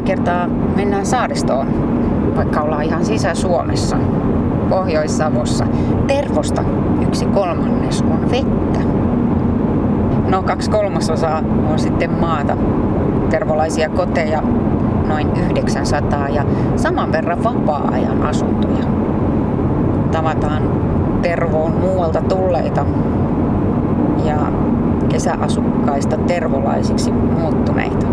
tällä kertaa mennään saaristoon, vaikka ollaan ihan Sisä-Suomessa, Pohjois-Savossa. Tervosta 1/3 on vettä. No 2/3 on sitten maata. Tervolaisia koteja noin 900 ja saman verran vapaa-ajan asuntoja. Tavataan Tervoon muualta tulleita ja kesäasukkaista tervolaisiksi muuttuneita.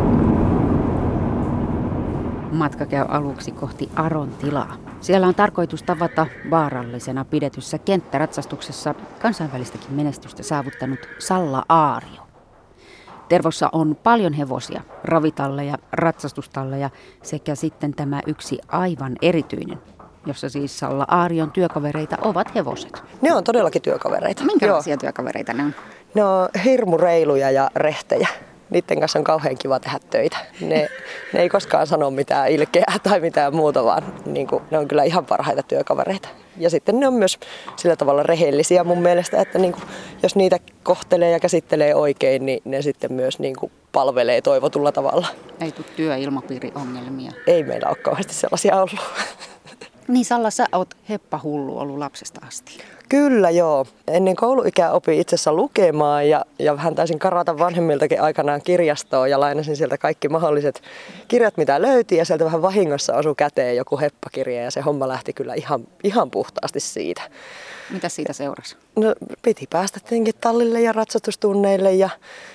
Matka käy aluksi kohti Aron tilaa. Siellä on tarkoitus tavata vaarallisena pidetyssä kenttäratsastuksessa kansainvälistäkin menestystä saavuttanut Salla Aario. Tervossa on paljon hevosia, ravitalleja, ratsastustalleja sekä sitten tämä yksi aivan erityinen, jossa siis Salla Aarion työkavereita ovat hevoset. Ne on todellakin työkavereita. Minkälaisia työkavereita ne on? Ne on hirmu reiluja ja rehtejä. Niiden kanssa on kauhean kiva tehdä töitä. Ne ei koskaan sano mitään ilkeää tai mitään muuta, vaan ne on kyllä ihan parhaita työkavereita. Ja sitten ne on myös sillä tavalla rehellisiä mun mielestä, että jos niitä kohtelee ja käsittelee oikein, niin ne sitten myös palvelee toivotulla tavalla. Ei tule työilmapiiriongelmia. Ei meillä ole kauheasti sellaisia ollut. Niin Salla, sä oot heppahullu ollut lapsesta asti. Kyllä joo. Ennen kouluikää opin itse asiassa lukemaan ja vähän taisin karata vanhemmiltakin aikanaan kirjastoon ja lainasin sieltä kaikki mahdolliset kirjat, mitä löytyi ja sieltä vähän vahingossa osui käteen joku heppakirja ja se homma lähti kyllä ihan puhtaasti siitä. Mitä siitä seurasi? No piti päästä tietenkin tallille ja ratsastustunneille ja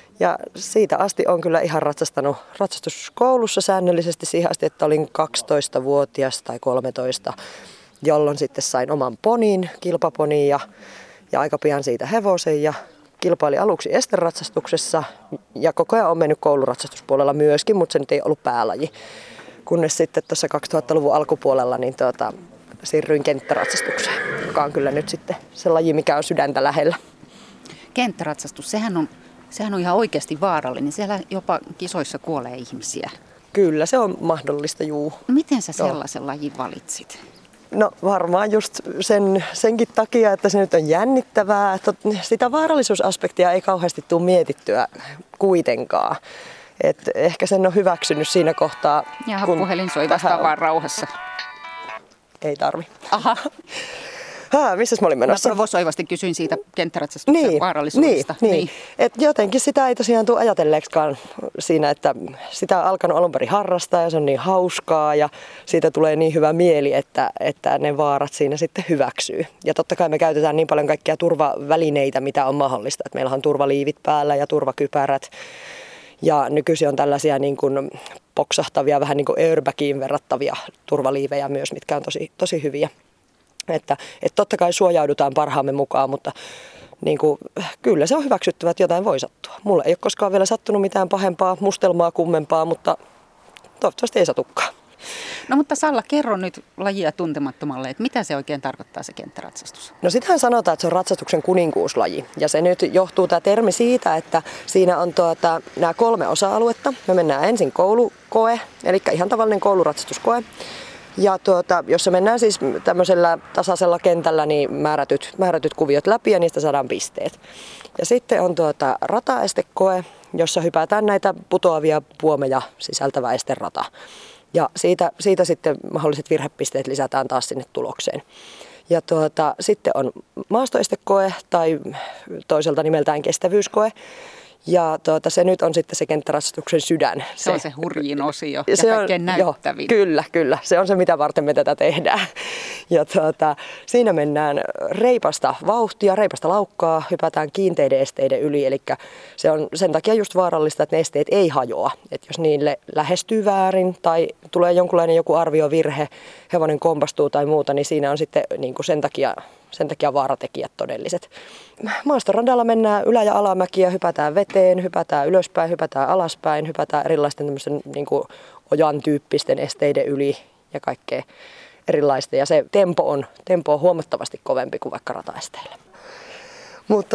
siitä asti on kyllä ihan ratsastanut ratsastuskoulussa säännöllisesti siihen asti, että olin 12-vuotias tai 13, jolloin sitten sain oman ponin, kilpaponin ja aika pian siitä hevosen ja kilpailin aluksi esteratsastuksessa ja koko ajan olen mennyt kouluratsastuspuolella myöskin, mutta se nyt ei ollut päälaji. Kunnes sitten tuossa 2000-luvun alkupuolella niin siirryin kenttäratsastukseen, joka on kyllä nyt sitten se laji, mikä on sydäntä lähellä. Kenttäratsastus, sehän on ihan oikeasti vaarallinen. Siellä jopa kisoissa kuolee ihmisiä. Kyllä, se on mahdollista, juu. Miten sä sellaisen lajin valitsit? No varmaan just senkin takia, että se nyt on jännittävää. Sitä vaarallisuusaspektia ei kauheasti tule mietittyä kuitenkaan. Et ehkä sen on hyväksynyt siinä kohtaa. Jaha, puhelin soi vastaan vaan rauhassa. Ei tarvi. Aha. Missäs mä olin menossa? Mä provosoivasti kysyin siitä kenttäratsastuksen vaarallisuudesta. Niin. Et jotenkin sitä ei tosiaan tule ajatelleeksikaan siinä, että sitä on alkanut alun perin harrastaa ja se on niin hauskaa ja siitä tulee niin hyvä mieli, että ne vaarat siinä sitten hyväksyy. Ja totta kai me käytetään niin paljon kaikkia turvavälineitä, mitä on mahdollista. Et meillä on turvaliivit päällä ja turvakypärät ja nykyisin on tällaisia niin kuin poksahtavia, vähän niin kuin airbagiin verrattavia turvaliivejä myös, mitkä on tosi hyviä. Että totta kai suojaudutaan parhaamme mukaan, mutta kyllä se on hyväksyttävä, että jotain voi sattua. Mulle ei ole koskaan vielä sattunut mitään pahempaa, mustelmaa kummempaa, mutta toivottavasti ei satukaan. No mutta Salla, kerro nyt lajia tuntemattomalle, että mitä se oikein tarkoittaa se kenttäratsastus? No sitähän sanotaan, että se on ratsastuksen kuninkuuslaji. Ja se nyt johtuu tämä termi siitä, että siinä on nämä 3 osa-aluetta. Me mennään ensin koulukoe, eli ihan tavallinen kouluratsastuskoe. Ja jos mennään siis tämmöisellä tasaisella kentällä, niin määrätyt kuviot läpi ja niistä saadaan pisteet. Ja sitten on rataestekoe, jossa hypätään näitä putoavia puomeja sisältävä esterata. Ja siitä sitten mahdolliset virhepisteet lisätään taas sinne tulokseen. Ja sitten on maastoestekoe tai toiselta nimeltään kestävyyskoe. Ja se nyt on sitten se kenttäratsastuksen sydän. Se on se hurjin osio ja kaikkein näyttävin. Kyllä. Se on se, mitä varten me tätä tehdään. Ja siinä mennään reipasta vauhtia, reipasta laukkaa, hypätään kiinteiden esteiden yli. Eli se on sen takia just vaarallista, että ne esteet ei hajoa. Että jos niille lähestyy väärin tai tulee jonkunlainen joku arviovirhe, hevonen kompastuu tai muuta, niin siinä on sitten sen takia vaaratekijät todelliset. Maastoradalla mennään ylä- ja alamäkiä, hypätään veteen, hypätään ylöspäin, hypätään alaspäin, hypätään erilaisten ojan tyyppisten esteiden yli ja kaikkea erilaista. Ja se tempo on huomattavasti kovempi kuin vaikka rataesteillä. Mutta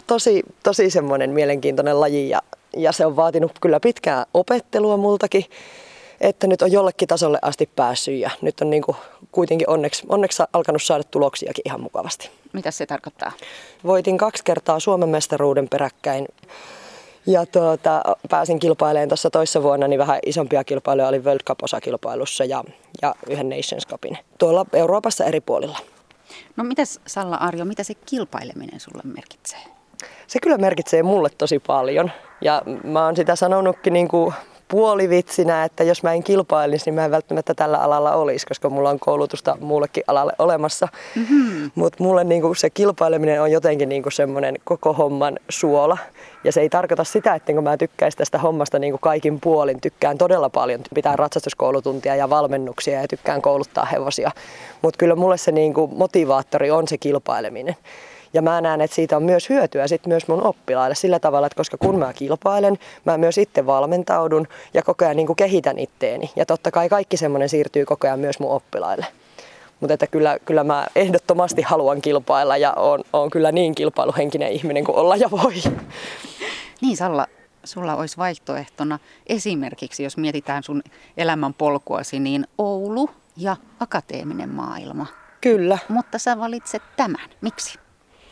tosi semmoinen mielenkiintoinen laji ja se on vaatinut kyllä pitkää opettelua multakin, että nyt on jollekin tasolle asti päässyt ja nyt on kuitenkin onneksi alkanut saada tuloksiakin ihan mukavasti. Mitä se tarkoittaa? Voitin 2 kertaa Suomen mestaruuden peräkkäin Ja pääsin kilpailemaan tuossa toissa vuonna, niin vähän isompia kilpailuja oli World Cup-osakilpailussa ja yhden Nations Cupin tuolla Euroopassa eri puolilla. No mitäs Salla Aarjo, mitä se kilpaileminen sulle merkitsee? Se kyllä merkitsee mulle tosi paljon ja mä oon sitä sanonutkin niin kuin puolivitsinä, että jos mä en kilpailisi, niin mä en välttämättä tällä alalla olisi, koska mulla on koulutusta muullekin alalle olemassa. Mutta mulle niinku se kilpaileminen on jotenkin niinku semmoinen koko homman suola. Ja se ei tarkoita sitä, että mä tykkäisin tästä hommasta niinku kaikin puolin. Tykkään todella paljon pitää ratsastuskoulutuntia ja valmennuksia ja tykkään kouluttaa hevosia. Mutta kyllä mulle se niinku motivaattori on se kilpaileminen. Ja mä näen, että siitä on myös hyötyä sit myös mun oppilaille sillä tavalla, että koska kun mä kilpailen, mä myös itse valmentaudun ja koko ajan niin kuin kehitän itteeni. Ja totta kai kaikki semmoinen siirtyy koko ajan myös mun oppilaille. Mutta että kyllä mä ehdottomasti haluan kilpailla ja oon kyllä niin kilpailuhenkinen ihminen kuin olla ja voi. Niin Salla, sulla olisi vaihtoehtona esimerkiksi, jos mietitään sun elämän polkuasi, niin Oulu ja akateeminen maailma. Kyllä. Mutta sä valitset tämän. Miksi?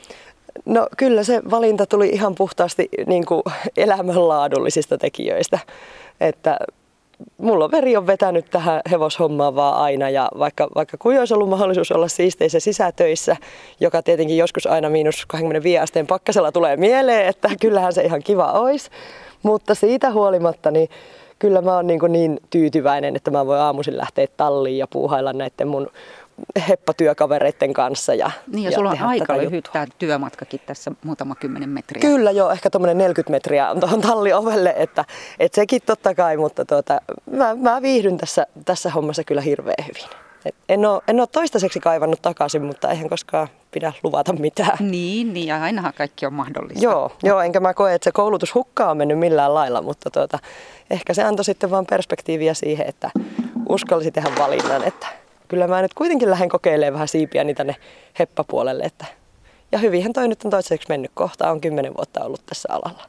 No kyllä se valinta tuli ihan puhtaasti niin kuin elämänlaadullisista tekijöistä, että mulla veri on vetänyt tähän hevoshommaan vaan aina ja vaikka kuin olisi ollut mahdollisuus olla siisteissä sisätöissä, joka tietenkin joskus aina -25 asteen pakkasella tulee mieleen, että kyllähän se ihan kiva olisi, mutta siitä huolimatta niin kyllä mä oon niin tyytyväinen, että mä voin aamuisin lähteä talliin ja puuhailla näiden mun heppatyökavereiden kanssa. Niin ja sulla on aika lyhyt tämä työmatkakin tässä muutama 10 metriä. Kyllä joo, ehkä tuommoinen 40 metriä on tuohon talliovelle, että sekin totta kai, mutta mä viihdyn tässä hommassa kyllä hirveän hyvin. En ole toistaiseksi kaivannut takaisin, mutta eihän koskaan pidä luvata mitään. Niin ja ainahan kaikki on mahdollista. Joo, enkä mä koe, että se koulutus hukkaan on mennyt millään lailla, mutta ehkä se antoi sitten vaan perspektiiviä siihen, että uskallisin tehdä valinnan, että kyllä mä nyt kuitenkin lähden kokeilemaan vähän siipiäni tänne heppapuolelle. Ja hyvinhän toi nyt on toiseksi mennyt. Kohta on 10 vuotta ollut tässä alalla.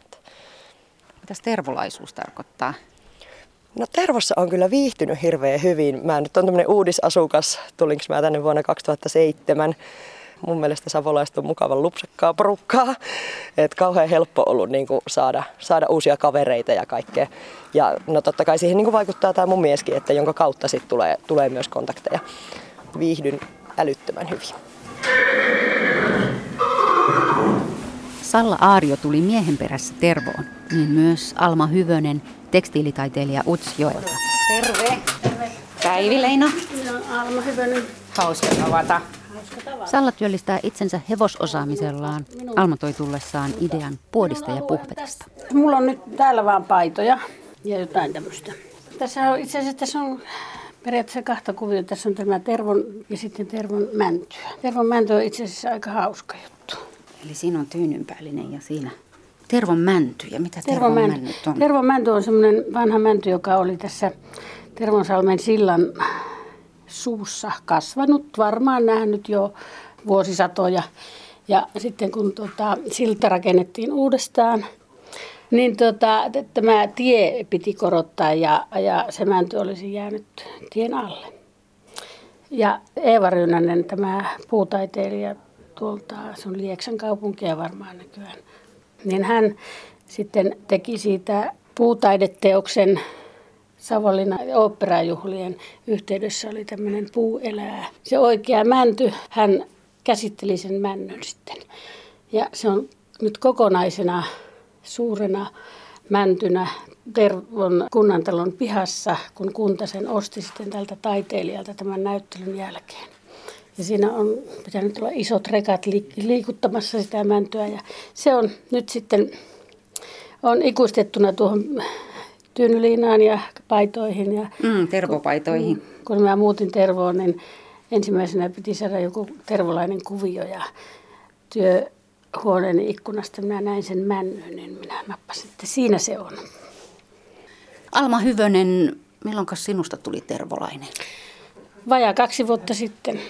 Mitäs tervolaisuus tarkoittaa? No Tervossa on kyllä viihtynyt hirveän hyvin. Mä nyt on tämmöinen uudisasukas. Tulinko mä tänne vuonna 2007. Mun mielestä savolaiset on mukavan lupsakkaa porukkaa. Et kauhean helppo ollut niin kuin saada uusia kavereita ja kaikkea. Ja no totta kai siihen niin kuin vaikuttaa tämä mun mieskin, että jonka kautta sit tulee myös kontakteja. Viihdyn älyttömän hyvin. Salla Aarjo tuli miehen perässä Tervoon, niin myös Alma Hyvönen, tekstiilitaiteilija Utsjoelta. Terve. Päivi Leino. Minä olen Alma Hyvönen. Hauska tavata. Salla työllistää itsensä hevososaamisellaan. Alma toi tullessaan idean puodista ja puhvetista. Mulla on nyt täällä vaan paitoja ja jotain tämmöistä. Tässä on itse asiassa tässä on periaatteessa 2 kuviota. Tässä on tämä Tervon ja sitten Tervon mäntyä. Tervon mänty on itse asiassa aika hauska juttu. Eli siinä on tyynynpäällinen ja siinä Tervon mänty. Ja mitä Tervon männyt on? Tervon mänty on semmoinen vanha mänty, joka oli tässä Tervonsalmen sillan suussa kasvanut, varmaan nähnyt jo vuosisatoja. Ja sitten kun silta rakennettiin uudestaan, niin tämä tie piti korottaa ja se mänty olisi jäänyt tien alle. Ja Eeva Ryynänen, tämä puutaiteilija tuolta, se on Lieksan kaupunkia varmaan nykyään, niin hän sitten teki siitä puutaideteoksen. Savonlinnan oopperajuhlien yhteydessä oli tämmöinen Puu elää. Se oikea mänty, hän käsitteli sen männyn sitten. Ja se on nyt kokonaisena suurena mäntynä Tervon kunnantalon pihassa, kun kunta sen osti sitten tältä taiteilijalta tämän näyttelyn jälkeen. Ja siinä on pitänyt olla isot rekat liikuttamassa sitä mäntyä ja se on nyt sitten on ikuistettuna tuohon tyynyliinaan ja paitoihin. Ja Tervopaitoihin. Kun mä muutin Tervoon, niin ensimmäisenä piti saada joku tervolainen kuvio ja työhuoneen ikkunasta minä näin sen männyn, niin minä nappasin, että siinä se on. Alma Hyvönen, milloin sinusta tuli tervolainen? Vajaa 2 vuotta sitten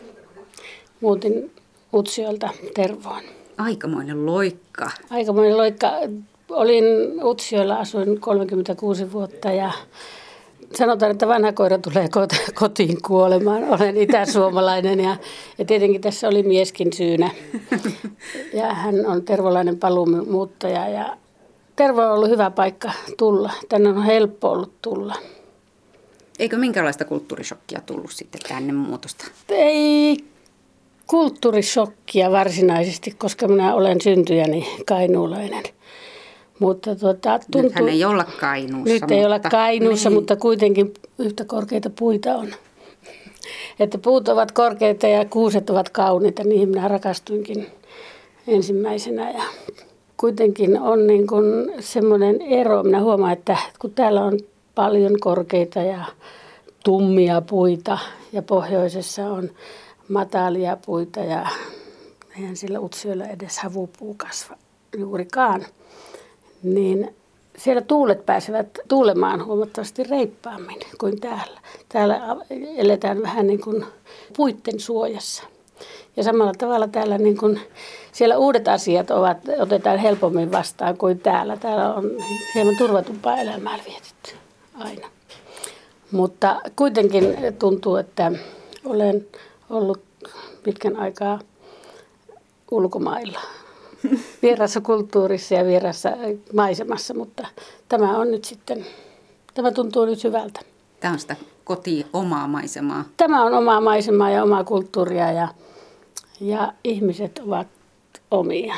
muutin Utsjoelta Tervoon. Aikamoinen loikka. Aikamoinen loikka. Olin Utsjoella, asuin 36 vuotta ja sanotaan, että vanha koira tulee kotiin kuolemaan. Olen itäsuomalainen ja tietenkin tässä oli mieskin syynä. Ja hän on tervolainen paluumuuttaja ja Tervo on ollut hyvä paikka tulla. Tänne on helppo ollut tulla. Eikö minkälaista kulttuurishokkia tullut sitten tänne muutosta? Ei kulttuurishokkia varsinaisesti, koska minä olen syntyjäni kainuulainen. Mutta tuntuu, Nythän ei olla Kainuussa. Nyt ei olla Kainuussa, niin. Mutta kuitenkin yhtä korkeita puita on. Että puut ovat korkeita ja kuuset ovat kauniita, niihin minä rakastuinkin ensimmäisenä. Ja kuitenkin on niin kuin semmoinen ero, minä huomaan, että kun täällä on paljon korkeita ja tummia puita ja pohjoisessa on matalia puita ja eihän sillä Utsjoella edes havupuu kasva juurikaan, niin siellä tuulet pääsevät tuulemaan huomattavasti reippaammin kuin täällä. Täällä eletään vähän niin kuin puitten suojassa. Ja samalla tavalla täällä niin kuin, siellä uudet asiat otetaan helpommin vastaan kuin täällä. Täällä on hieman turvatumpaa elämää vietetty aina. Mutta kuitenkin tuntuu, että olen ollut pitkän aikaa ulkomailla. Vierassa kulttuurissa ja vierassa maisemassa, mutta tämä tuntuu nyt hyvältä. Tämä on sitä omaa maisemaa. Tämä on omaa maisemaa ja omaa kulttuuria ja ihmiset ovat omia.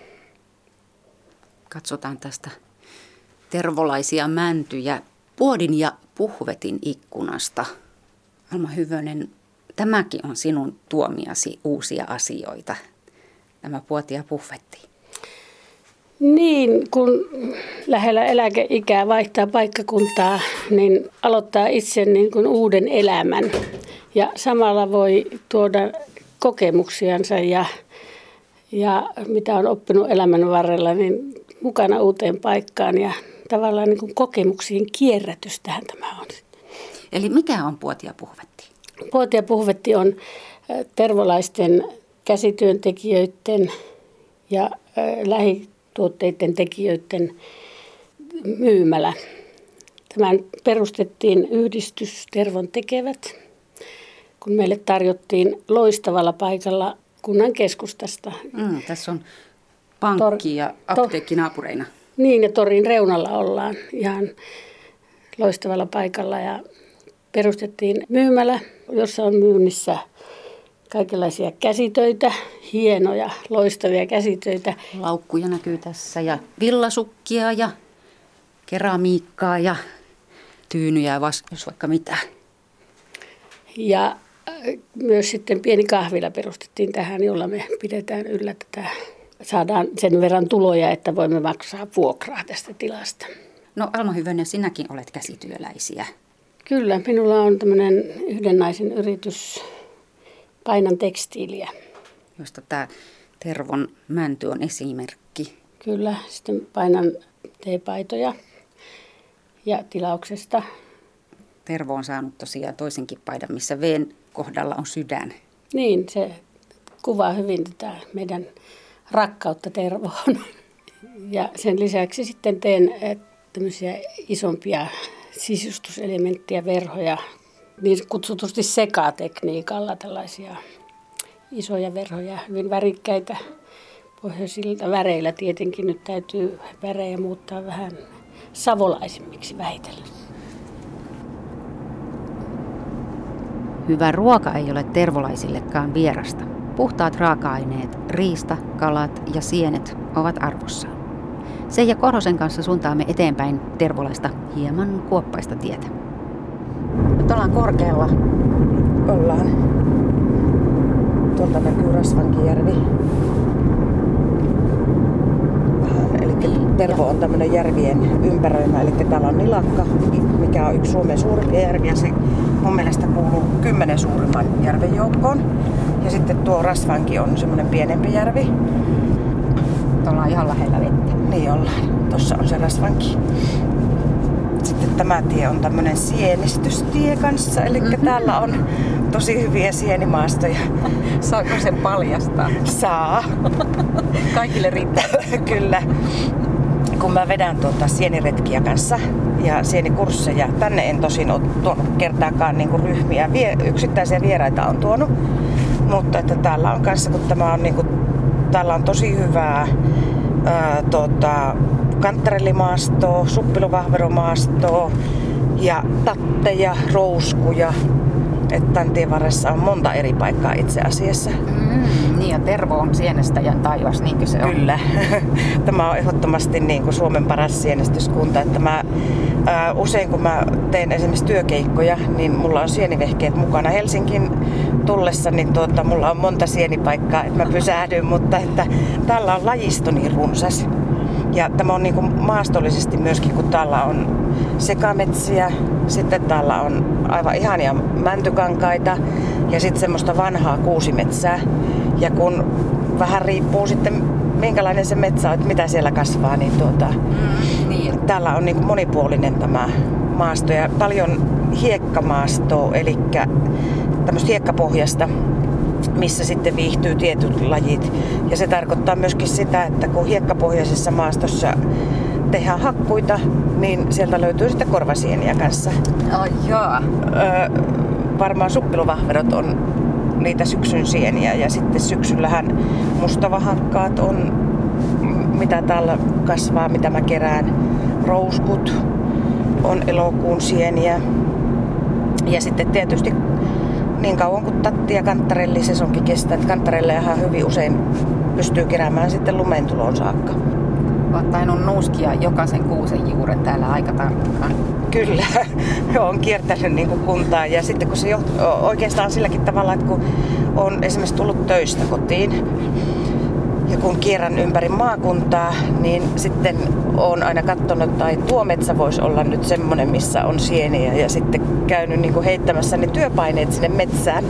Katsotaan tästä tervolaisia mäntyjä Puodin ja Puhvetin ikkunasta. Alma Hyvönen, tämäkin on sinun tuomiasi uusia asioita, tämä Puoti ja Puhvetti. Niin, kun lähellä eläkeikää vaihtaa paikkakuntaa, niin aloittaa itse niin kuin uuden elämän. Ja samalla voi tuoda kokemuksiansa ja mitä on oppinut elämän varrella, niin mukana uuteen paikkaan. Ja tavallaan niin kuin kokemuksien kierrätystähän tämä on. Eli mikä on Puoti ja Puhvetti? Puoti ja Puhvetti on tervolaisten käsityöntekijöiden ja lähituotteiden tekijöiden myymälä. Tämän perustettiin yhdistys Tervon tekevät, kun meille tarjottiin loistavalla paikalla kunnan keskustasta. Tässä on pankki ja apteekki naapureina. Niin, ja torin reunalla ollaan ihan loistavalla paikalla ja perustettiin myymälä, jossa on myynnissä kaikenlaisia käsitöitä, hienoja, loistavia käsitöitä. Laukkuja näkyy tässä ja villasukkia ja keramiikkaa ja tyynyjä ja jos vaikka mitä. Ja myös sitten pieni kahvila perustettiin tähän, jolla me pidetään yllä tätä. Saadaan sen verran tuloja, että voimme maksaa vuokraa tästä tilasta. No Alma Hyvönen, sinäkin olet käsityöläisiä. Kyllä, minulla on tämmöinen yhden naisen yritys, painan tekstiiliä. Josta tämä Tervon mänty on esimerkki. Kyllä, sitten painan teepaitoja ja tilauksesta. Tervo on saanut tosiaan toisenkin paidan, missä V:n kohdalla on sydän. Niin, se kuvaa hyvin tätä meidän rakkautta Tervoon. Ja sen lisäksi sitten teen tämmöisiä isompia sisustuselementtejä, verhoja, niin kutsutusti sekatekniikalla tällaisia isoja verhoja, hyvin värikkäitä pohjoisilta väreillä. Tietenkin nyt täytyy värejä muuttaa vähän savolaisimmiksi vähitellen. Hyvä ruoka ei ole tervolaisillekaan vierasta. Puhtaat raaka-aineet, riista, kalat ja sienet ovat arvossaan. Seija Korhosen kanssa suuntaamme eteenpäin tervolaista hieman kuoppaista tietä. Nyt ollaan korkealla. Tuolta näkyy Rasvankijärvi. Eli Tervo on tämmöinen järvien ympäröimä. Eli täällä on Nilakka, mikä on yksi Suomen suurimpia järviä. Se mun mielestä kuuluu 10 suurimman järven joukkoon. Ja sitten tuo Rasvanki on semmoinen pienempi järvi. Ollaan ihan lähellä vettä. Niin ollaan. Tuossa on se Rasvanki. Sitten tämä tie on tämmöinen sienistystie kanssa. Eli täällä on tosi hyviä sienimaastoja. Saako sen paljastaa? Saa. Kaikille riittää. Kyllä. Kun mä vedän sieniretkiä kanssa ja sienikursseja, tänne en tosin ole tuonut kertaakaan niinku ryhmiä. Yksittäisiä vieraita on tuonut. Mutta että täällä on kanssa, kun tämä on täällä on tosi hyvää kanttarellimaastoa, suppiluvahveromaastoa ja tatteja, rouskuja. Että tämän tien varressa on monta eri paikkaa itse asiassa. Niin ja Tervo on sienestäjän taivas, niinkö se on? Kyllä. Tämä on ehdottomasti niin kuin Suomen paras sienestyskunta. Että usein kun mä teen esimerkiksi työkeikkoja, niin mulla on sienivehkeet mukana. Helsinkiin tullessa niin mulla on monta sienipaikkaa, että mä pysähdyn, mutta että täällä on lajisto niin runsas. Ja tämä on niin kuin maastollisesti myöskin, kun täällä on sekametsiä, sitten täällä on aivan ihania mäntykankaita ja sitten semmoista vanhaa kuusimetsää. Ja kun vähän riippuu sitten minkälainen se metsä on, että mitä siellä kasvaa, niin, niin. Täällä on niin kuin monipuolinen tämä maasto ja paljon hiekkamaastoa, eli tämmöistä hiekkapohjasta, missä sitten viihtyy tietyt lajit. Ja se tarkoittaa myöskin sitä, että kun hiekkapohjaisessa maastossa tehdään hakkuita, niin sieltä löytyy sitten korvasieniä kanssa. Varmaan suppiluvahverot on niitä syksyn sieniä ja sitten syksyllähän mustavahakkaat on, mitä täällä kasvaa, mitä mä kerään. Rouskut on elokuun sieniä ja sitten tietysti niin kauan kuin tatti ja kanttarelli sesonki kestää, että kanttarellejahan hyvin usein pystyy keräämään sitten lumentuloon saakka. Olet tainnut nuuskia jokaisen kuusen juuren täällä aika tarkkaan. Kyllä, olen kiertänyt niin kuin kuntaa ja sitten kun se oikeastaan silläkin tavalla, että kun olen esimerkiksi tullut töistä kotiin ja kun kierrän ympäri maakuntaa, niin sitten olen aina katsonut, että tuo metsä voisi olla nyt semmoinen, missä on sieniä ja sitten käynyt niin kuin heittämässä ne työpaineet sinne metsään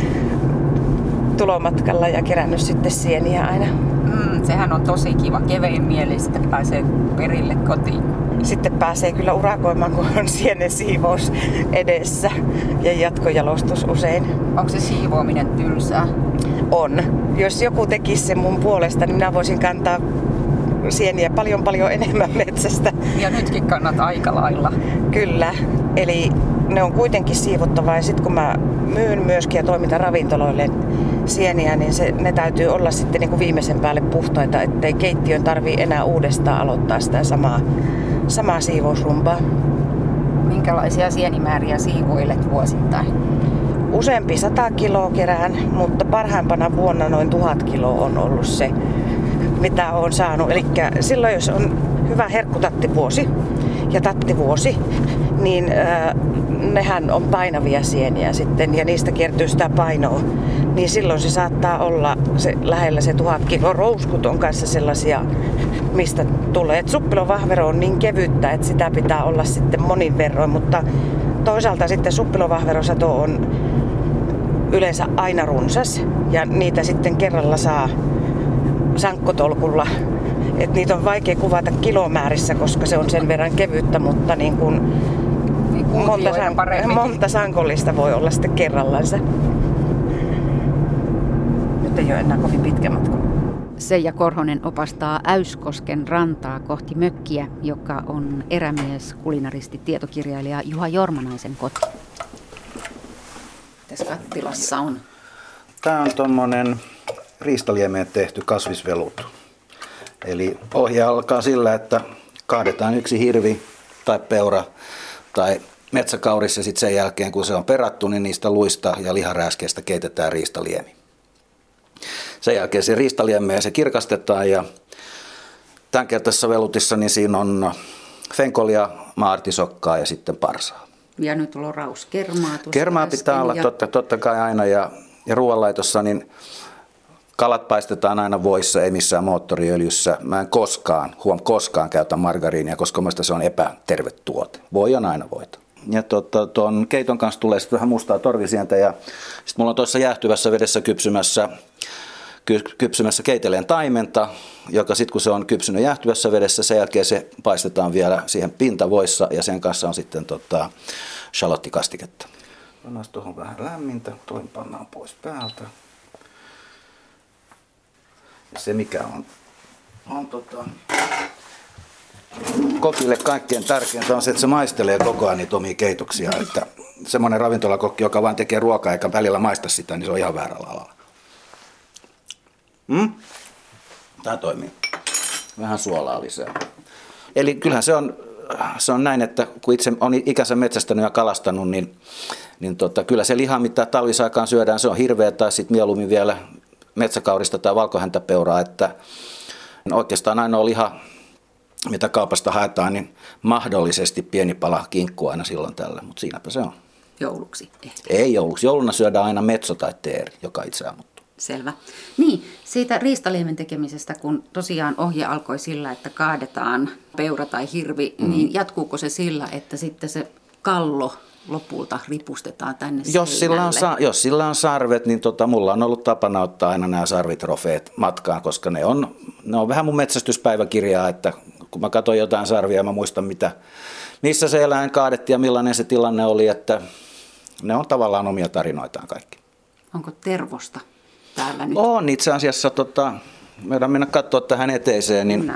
tulomatkalla ja kerännyt sitten sieniä aina. Sehän on tosi kiva, kevein mieli, sitten pääsee perille kotiin. Sitten pääsee kyllä urakoimaan, kun on sienen siivous edessä ja jatkojalostus usein. Onko se siivoaminen tylsää? On. Jos joku tekisi sen mun puolesta, niin minä voisin kantaa sieniä paljon enemmän metsästä. Ja nytkin kannat aika lailla. Kyllä. Eli ne on kuitenkin siivottavaa ja sitten kun mä myyn myöskin ja toimitan ravintoloille sieniä, niin ne täytyy olla sitten niin kuin viimeisen päälle puhtaita, ettei keittiön tarvii enää uudestaan aloittaa sitä samaa siivousrumpaa. Minkälaisia sienimääriä siivoilet vuosittain? Useampi 100 kiloa kerään, mutta parhaimpana vuonna noin 1000 kiloa on ollut se, mitä olen saanut. Eli silloin, jos on hyvä herkkutattivuosi ja tattivuosi, niin nehän on painavia sieniä sitten ja niistä kertyy sitä painoa. Niin silloin se saattaa olla lähellä se 1000 kiloa. Rouskut on kanssa sellaisia, mistä tulee. Suppiluvahvero on niin kevyttä, että sitä pitää olla sitten monin verroin, mutta toisaalta sitten suppilovahverosato on yleensä aina runsas ja niitä sitten kerralla saa sankkotolkulla. Et niitä on vaikea kuvata kilomäärissä, koska se on sen verran kevyttä, mutta niin kuin monta sankollista voi olla sitten kerrallansa. Nyt ei ole enää kovin pitkä matka. Seija Korhonen opastaa Äyskosken rantaa kohti mökkiä, joka on erämies, kulinaristi, tietokirjailija Juha Jormanaisen koti. Tässä kattilassa on? Tämä on tuommoinen riistaliemeen tehty kasvisvelut. Eli ohje alkaa sillä, että kaadetaan yksi hirvi tai peura tai metsäkauris ja sitten sen jälkeen kun se on perattu, niin niistä luista ja liharääskeistä keitetään riistaliemi. Sen jälkeen se riistaliemeen se kirkastetaan ja tämänkertaisessa velutissa niin siinä on fenkolia, maartisokkaa ja sitten parsaa. Ja nyt on rauskermaa. Kermaa pitää olla totta kai aina ja ruoanlaitossa niin kalat paistetaan aina voissa, ei missään moottoriöljyssä. Mä en koskaan käytä margariinia, koska mielestäni se on epäterve tuote. Voi on aina voita. Ja tuon keiton kanssa tulee sitten vähän mustaa torvisientä ja sitten mulla on tuossa jäähtyvässä vedessä kypsymässä keiteleen taimenta, joka sitten kun se on kypsynyt jäähtyvässä vedessä, sen jälkeen se paistetaan vielä siihen pintavoissa ja sen kanssa on sitten shalottikastiketta. Pannaan tuohon vähän lämmintä, toin pannaan pois päältä. Ja se mikä on kokille kaikkein tärkeintä on se, että se maistelee koko ajan niitä omia keitoksia. Että semmoinen ravintolakokki, joka vain tekee ruokaa eikä välillä maista sitä, niin se on ihan väärällä alalla. Tämä toimii. Vähän suolaa lisää. Eli kyllähän se on näin, että kun itse on ikänsä metsästänyt ja kalastanut, niin kyllä se liha, mitä talvisaikaan syödään, se on hirveä tai sitten mieluummin vielä metsäkaurista tai valkohäntäpeuraa, että oikeastaan ainoa liha, mitä kaupasta haetaan, niin mahdollisesti pieni pala kinkkua aina silloin tällä, mutta siinäpä se on. Jouluksi ehkä. Ei jouluksi. Jouluna syödään aina metso tai teeri, joka itse ammuttu. Selvä. Niin, siitä riistaliemen tekemisestä, kun tosiaan ohje alkoi sillä, että kaadetaan peura tai hirvi, niin jatkuuko se sillä, että sitten se kallo lopulta ripustetaan tänne seinälle? Jos sillä on sarvet, niin mulla on ollut tapana ottaa aina nämä sarvitrofeet matkaan, koska ne on vähän mun metsästyspäiväkirjaa, että kun mä katson jotain sarvia, mä muistan missä se eläin kaadettiin ja millainen se tilanne oli, että ne on tavallaan omia tarinoitaan kaikki. Onko tervosta täällä nyt? On itse asiassa, meidän mennä katsoa tähän eteiseen, niin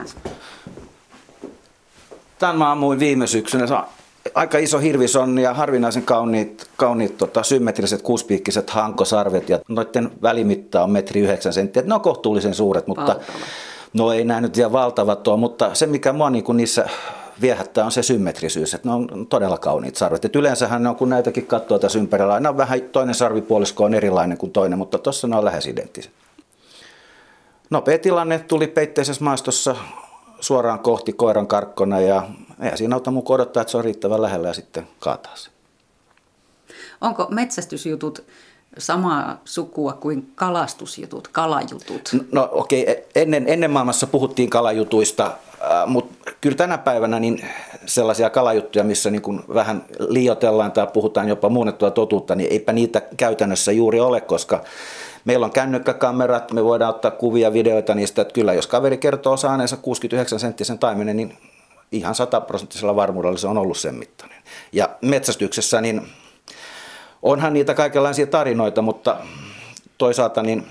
tämän mä ammuin viime syksynä. Se on aika iso hirvisonni ja harvinaisen kauniit symmetriset kuuspiikkiset hankosarvet ja noiden välimitta on 1,9 metriä. Ne on kohtuullisen suuret, mutta no ei nämä nyt vielä valtavat ole, mutta se mikä mua niin niissä viehättää on se symmetrisyys, että ne on todella kauniit sarvet. Et yleensähän ne on, kun näitäkin katsoo tässä ympärillä, aina vähän toinen sarvipuolisko on erilainen kuin toinen, mutta tuossa ne on lähes identtiset. Nopea tilanne tuli peitteisessä maastossa suoraan kohti koiran karkkona ja eihän siinä auta mun odottaa, että se on riittävän lähellä ja sitten kaataa se. Onko metsästysjutut samaa sukua kuin kalastusjutut, kalajutut? No okei, ennen maailmassa puhuttiin kalajutuista, mutta kyllä tänä päivänä niin sellaisia kalajuttuja, missä niin kuin vähän liioitellaan tai puhutaan jopa muunnettua totuutta, niin eipä niitä käytännössä juuri ole, koska meillä on kännykkäkamerat, me voidaan ottaa kuvia, videoita niistä, että kyllä jos kaveri kertoo saaneensa 69-senttisen taimenen, niin ihan 100% varmuudella se on ollut sen mittainen. Ja metsästyksessä niin onhan niitä kaikenlaisia tarinoita, mutta toisaalta niin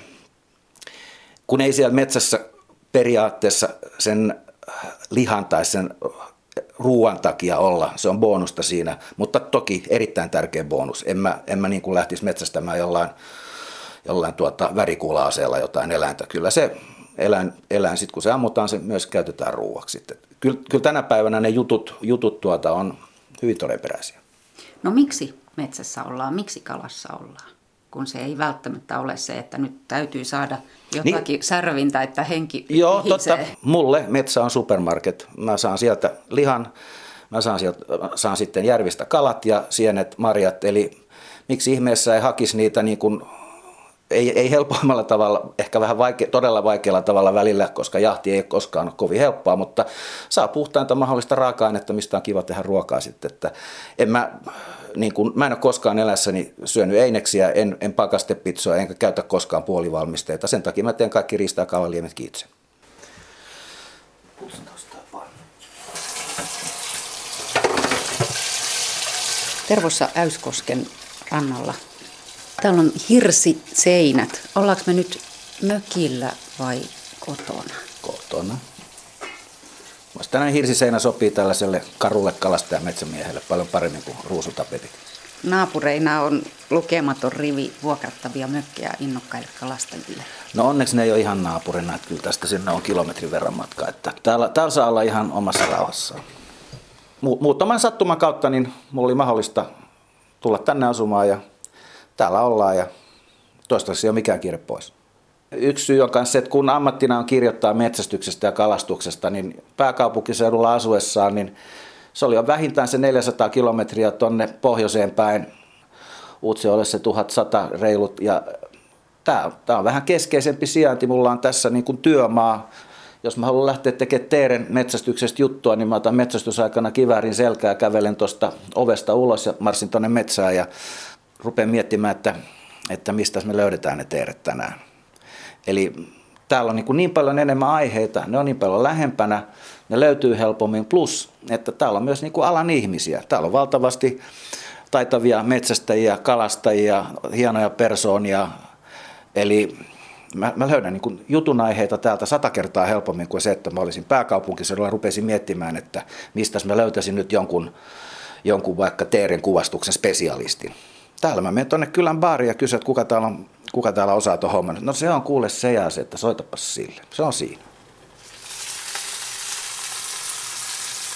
kun ei siellä metsässä periaatteessa sen lihan tai sen ruoan takia olla, se on bonusta siinä, mutta toki erittäin tärkeä bonus. En mä niin kuin lähtisi metsästämään jollain värikuula-aseella jotain eläintä. Kyllä se eläin sit kun se ammutaan, se myös käytetään ruuaksi. Kyllä tänä päivänä ne jutut on hyvin todenperäisiä. No miksi metsässä ollaan, miksi kalassa ollaan? Kun se ei välttämättä ole se, että nyt täytyy saada jotakin särvintä, että henki Joo, hihisee. totta. Mulle metsä on supermarket. Mä saan sieltä lihan, saan sitten järvistä kalat ja sienet, marjat. Eli miksi ihmeessä ei hakisi niitä niin kuin, ei helpoimmalla tavalla, ehkä vähän todella vaikealla tavalla välillä, koska jahti ei koskaan ole kovin helppoa, mutta saa puhtainta mahdollista raaka-ainetta, mistä on kiva tehdä ruokaa sitten. Että mä en ole koskaan elässäni syönyt eineksiä, en pakastepizzoa, enkä käytä koskaan puolivalmisteita. Sen takia mä teen kaikki riista- ja kalaliemetkin itse. Tervossa Äyskosken rannalla. Täällä on hirsiseinät. Ollaanko me nyt mökillä vai kotona? Kotona. Tänään hirsiseinä sopii tällaiselle karulle kalastajametsämiehelle paljon paremmin kuin ruusutapetit. Naapureina on lukematon rivi vuokrattavia mökkejä innokkaille kalastajille. No onneksi ne ei ole ihan naapurina, että kyllä tästä sinne on kilometrin verran matkaa. Että täällä saa olla ihan omassa rauhassaan. Muutaman sattuman kautta niin mulla oli mahdollista tulla tänne asumaan ja täällä ollaan ja toistaiseksi ei ole mikään kiire pois. Yksi syy on kanssa se, että kun ammattina on kirjoittaa metsästyksestä ja kalastuksesta, niin pääkaupunkiseudulla asuessaan, niin se oli jo vähintään se 400 kilometriä tonne pohjoiseen päin. Utsjoelle se 1100 reilut ja tämä on vähän keskeisempi sijainti. Mulla on tässä niin kuin työmaa. Jos mä haluan lähteä tekemään teeren metsästyksestä juttua, niin mä otan metsästysaikana kiväärin selkää, kävelen tuosta ovesta ulos ja marssin tonne metsään ja rupean miettimään, että mistä me löydetään ne teeret tänään. Eli täällä on niin paljon enemmän aiheita, ne on niin paljon lähempänä, ne löytyy helpommin, plus että täällä on myös niin kuin alan ihmisiä. Täällä on valtavasti taitavia metsästäjiä, kalastajia, hienoja persoonia, eli mä löydän niin kuin jutun aiheita täältä 100 kertaa helpommin kuin se, että mä olisin pääkaupunkiseudulla ja rupesin miettimään, että mistä mä löytäisin nyt jonkun vaikka teeren kuvastuksen spesialistin. Täällä mä menen tuonne kylän baariin ja kysyn, että kuka täällä osaa tuon homman. No se on kuule se ja se, että soitapas sille. Se on siinä.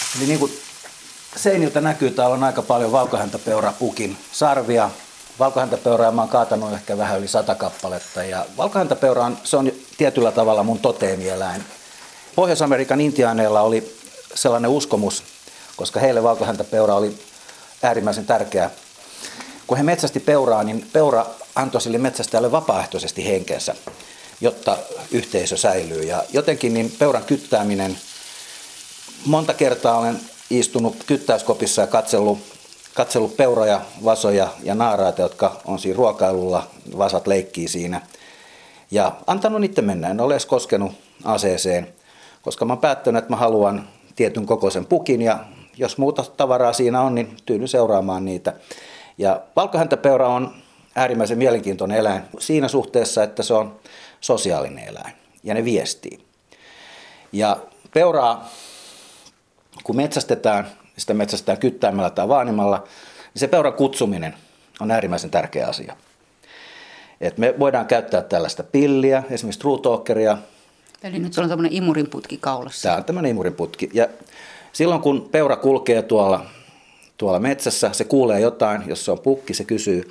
Eli niin kuin seiniltä näkyy, täällä on aika paljon valkohäntäpeurapukin sarvia. Valkohäntäpeuraa mä oon kaatanut ehkä vähän yli 100 kappaletta. Ja valkohäntäpeura se on tietyllä tavalla mun toteemieläin. Pohjois-Amerikan intiaaneilla oli sellainen uskomus, koska heille valkohäntäpeura oli äärimmäisen tärkeä. Kun he metsästi peuraa, niin peura antoi sille metsästäjälle vapaaehtoisesti henkensä, jotta yhteisö säilyy. Ja jotenkin niin peuran kyttääminen, monta kertaa olen istunut kyttäyskopissa ja katsellut peuroja, vasoja ja naaraita, jotka on siinä ruokailulla, vasat leikkii siinä. Ja antanut niiden mennä, en ole edes koskenut aseeseen, koska mä oon päättänyt, että mä haluan tietyn kokoisen pukin ja jos muuta tavaraa siinä on, niin tyydyn seuraamaan niitä. Ja valkohäntäpeura on äärimmäisen mielenkiintoinen eläin siinä suhteessa, että se on sosiaalinen eläin ja ne viestii. Ja peuraa, kun metsästetään, sitä metsästetään kyttäämällä tai vaanimalla, niin se peuran kutsuminen on äärimmäisen tärkeä asia. Et me voidaan käyttää tällaista pilliä, esimerkiksi True Talkeria. Eli nyt sulla on tämmöinen imurinputki kaulassa. Tämä on tämmöinen imurinputki. Ja silloin kun peura kulkee tuolla metsässä, se kuulee jotain, jos se on pukki, se kysyy,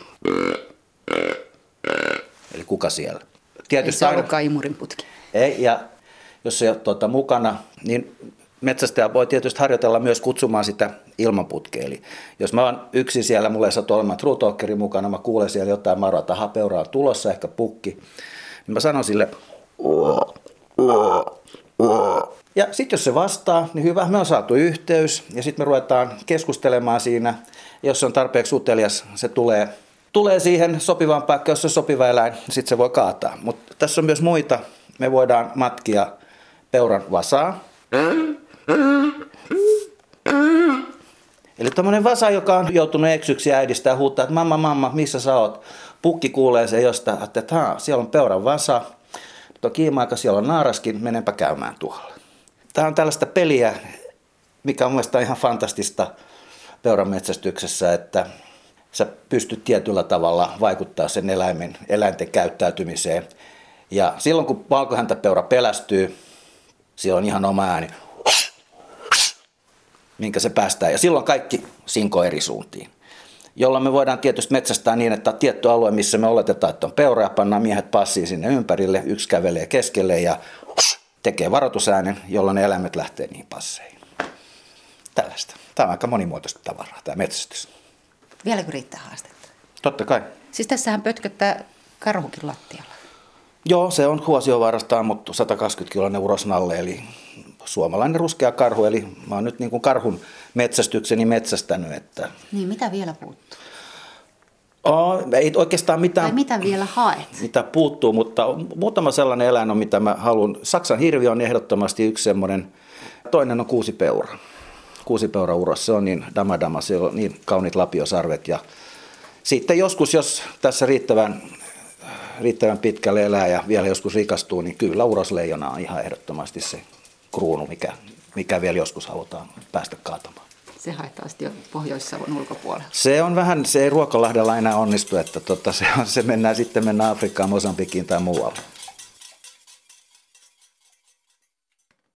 eli kuka siellä. Tietysti ei se olekaan imurinputki. Ei, ja jos se on mukana, niin metsästäjä voi tietysti harjoitella myös kutsumaan sitä ilmanputkea. Eli jos mä oon yksin siellä, mulla ei saa olemaan True Talkerin mukana, mä kuulen siellä jotain maroa, että peura on tulossa, ehkä pukki, niin mä sanon sille, ja sitten jos se vastaa, niin hyvä, me on saatu yhteys ja sitten me ruvetaan keskustelemaan siinä. Jos se on tarpeeksi utelias, se tulee siihen sopivaan paikkaan, jos se on sopiva eläin, niin sitten se voi kaataa. Mutta tässä on myös muita. Me voidaan matkia peuran vasaa. Eli tämmöinen vasa, joka on joutunut eksyksi äidistä ja huutaa, että mamma, missä sä oot? Pukki kuulee se jostain, että siellä on peuran vasa. Tuo kiima-aika, siellä on naaraskin, menenpä käymään tuolla. Tämä on tällaista peliä, mikä on mielestäni ihan fantastista peuran metsästyksessä, että sä pystyt tietyllä tavalla vaikuttaa sen eläinten käyttäytymiseen. Ja silloin kun valkohäntäpeura pelästyy, siellä on ihan oma ääni, minkä se päästää. Ja silloin kaikki sinkoo eri suuntiin. Jolloin me voidaan tietysti metsästää niin, että tietty alue, missä me oletetaan, että on peura, ja pannaan miehet passiin sinne ympärille, yksi kävelee keskelle ja tekee varoitusäänen, jolloin ne eläimet lähtee niihin passeihin. Tällaista. Tämä on aika monimuotoista tavaraa, tämä metsästys. Vieläkö riittää haastetta? Totta kai. Siis tässähän pötköttää karhukin lattialla. Joo, se on Huosiovaarasta ammuttu 120-kiloinen urosnalle, eli suomalainen ruskea karhu, eli mä oon nyt niin kuin karhun metsästykseni metsästänyt. Että niin, mitä vielä puuttuu? Ei oikeastaan mitään. Tai mitä vielä haet? Mitä puuttuu, mutta muutama sellainen eläin on, mitä mä haluan. Saksan hirvi on ehdottomasti yksi semmoinen. Toinen on kuusipeura. Kuusipeurauros, se on niin damadama, se on niin kauniit lapiosarvet. Ja sitten joskus, jos tässä riittävän pitkälle elää ja vielä joskus rikastuu, niin kyllä urosleijona on ihan ehdottomasti se kruunu, mikä vielä joskus halutaan päästä kaatamaan. Se haetaan sitten jo Pohjois-Savon ulkopuolella. Se on vähän, se ei Ruokolahdella enää onnistu, että se mennään Afrikkaan, Mosambikiin tai muualle.